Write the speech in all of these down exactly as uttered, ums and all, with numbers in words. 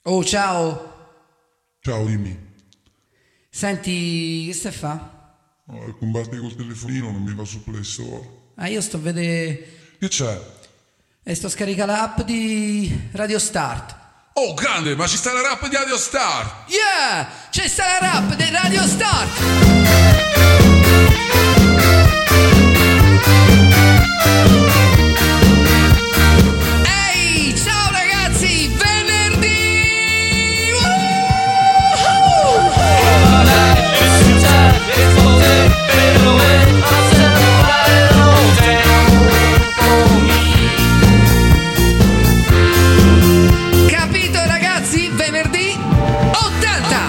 Oh, ciao. Ciao, dimmi. Senti, che stai a fa? No, combatti col telefonino, non mi va su Play Store. Ah, io sto a vedere... Che c'è? E sto a scaricare l'app di Radio Start. Oh, grande, ma ci sta la rap di Radio Star! Yeah! C'è sta la rap di Radio Start! Ehi, ciao ragazzi! Venerdì! Capito ragazzi? Venerdì ottanta!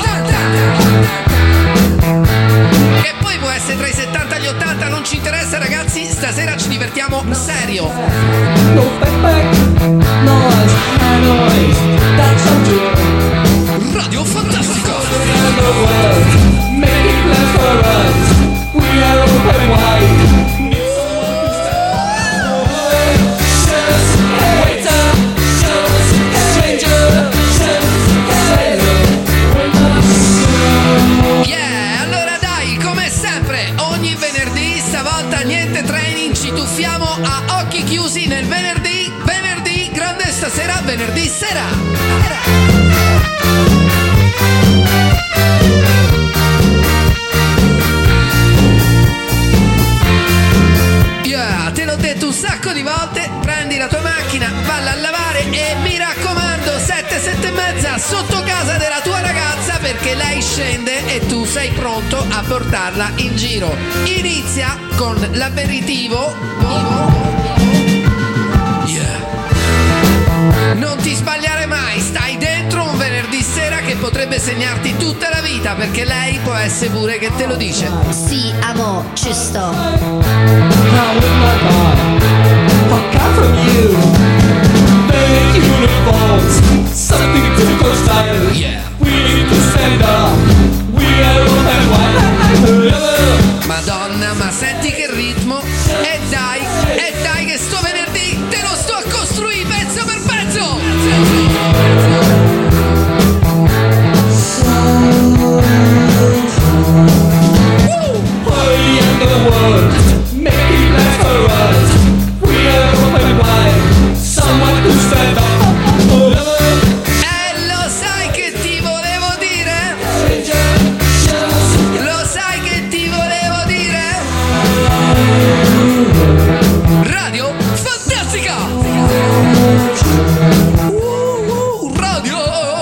Che poi può essere tra i settanta e gli ottanta, non ci interessa ragazzi, stasera ci divertiamo serio. No backpack, no eyes, high noise, that's some joy. Radio Fantastica! Around the world, make it last for us. We are open wide. Waiter, stranger, sailor. Yeah, allora dai, come sempre, ogni venerdì, stavolta niente training, ci tuffiamo a occhi chiusi nel venerdì, venerdì, grande stasera, venerdì sera. Yeah, te l'ho detto un sacco di volte, prendi la tua macchina, valla a lavare e mi raccomando, sette, sette e mezza sotto casa della tua ragazza perché lei scende e tu sei pronto a portarla in giro. Inizia con l'aperitivo. Yeah. Non ti sbagliare mai, stai dentro un venerdì sera che potrebbe segnarti tutta la vita perché lei può essere pure che te lo dice. Sì, amo, ci sto. How with my car, I come from you. Very uniforms, something typical style. Yeah. We need to stand up. We are open wide. Madonna, ma senti che ritmo. E dai, e dai che sto venerdì te lo sto a costruire pezzo per pezzo. Hurry in the world, make it last for us. We are open wide. Someone to stand up. E lo sai che ti volevo dire? Lo sai che ti volevo dire? Radio Fantastica! Uh, radio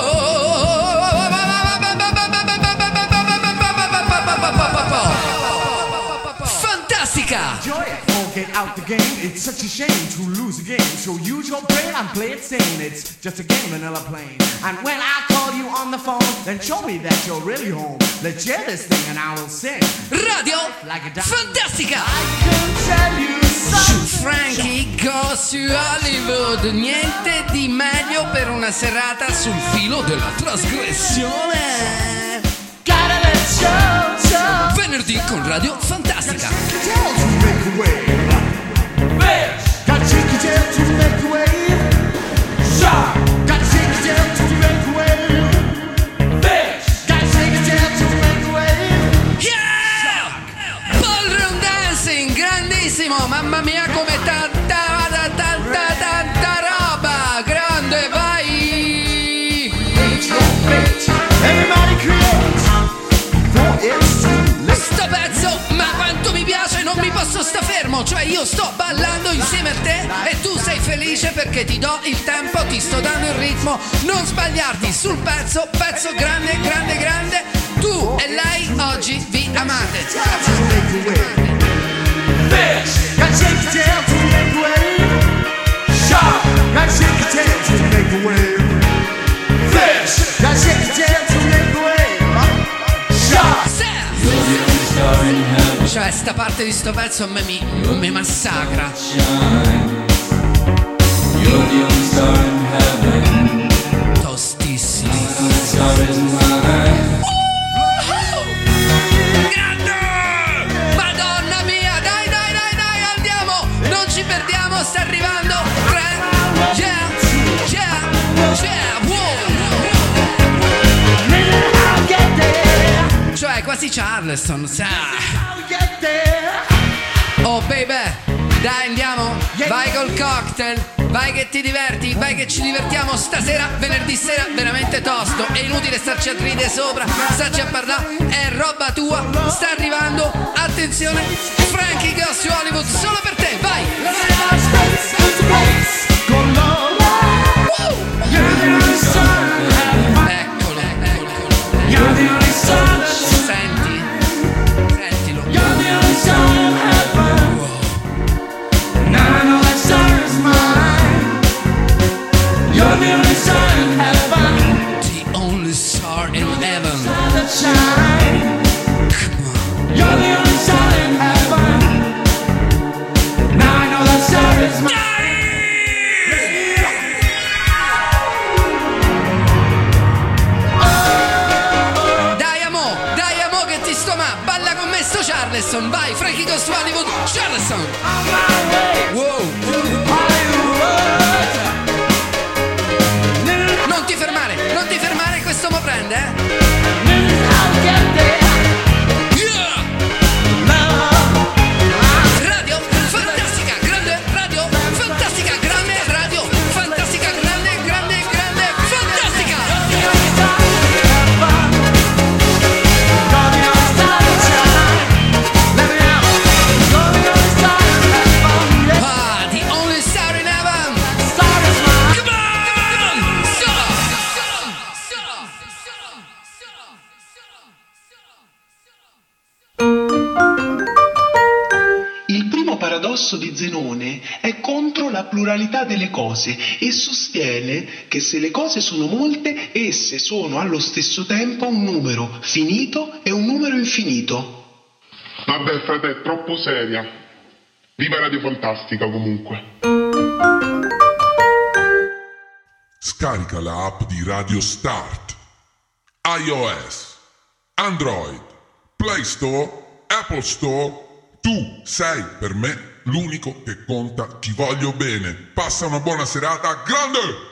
Fantastica! Enjoy it or get out the game. It's such a shame to lose a game. So use your brain and play it sane. It's just a game, vanilla plain. And when I call you on the phone, then show me that you're really home. Let's share this thing and I will sing. Radio Like a dime. Fantastica! I can tell you something. Frankie Goes to Hollywood. Niente di meglio per una serata sul filo della trasgressione. Gotta let show, show. Venerdì con Radio Fantastica. Tell to make a wave. Fish. Got cheeky tail to make a wave. Shark. Got cheeky tail to make a wave. Fish. Got cheeky tail to make a wave. Yeah! Ballroom dancing, grandissimo, mamma mia come tanta, tanta, tanta, tanta roba, grande, vai! Everybody creates. For it's too late. Sto pezzo, ma quanto mi piace, non mi posso sta fermo, cioè io sto ballando insieme a te e tu sei felice perché ti do il tempo, ti sto dando il ritmo, non sbagliarti sul pezzo, pezzo grande, grande, grande, tu e lei oggi vi amate. To make a wave. Fish. Got cheeky tail to make a wave. Shark. Got cheeky tail to make a wave. Fish. Got cheeky tail to make a wave. Shark. Cioè sta parte di sto pezzo a me mi, mi massacra. Tostissimo. Grande! Madonna mia, dai dai dai dai, andiamo! Non ci perdiamo, sta arrivando. Tre, yeah, yeah, yeah, wow. quasi Charleston, sa. Oh baby, dai andiamo, vai col cocktail, vai che ti diverti, vai che ci divertiamo stasera, venerdì sera veramente tosto, è inutile starci a ridere sopra, starci a parlare, è roba tua, sta arrivando, attenzione, Frankie Goes to Hollywood solo per te, vai! Eccolo, eccolo, senti, sentilo. The only star in heaven. Come on. You're the only star in heaven. Now I know that star is mine. Dai amo, dai amo che ti sto ma, balla con me sto Charleston, vai Frankie Goes to Hollywood, Charleston. Wow. Non ti fermare, non ti fermare, questo mo prende, eh. Radio fantastica, grande radio fantastica, grande radio fantastica, grande, grande, grande fantastica. Ah, the only star in heaven. Come on! Solo! Solo! Il primo paradosso di Zenone è contro la pluralità delle cose e sostiene che se le cose sono molte, esse sono allo stesso tempo un numero finito e un numero infinito. Vabbè, frate, è troppo seria. Viva Radio Fantastica, comunque. Scarica la app di Radio Start. iOS, Android, Play Store, Apple Store. Tu sei per me l'unico che conta, ti voglio bene. Passa una buona serata, grande!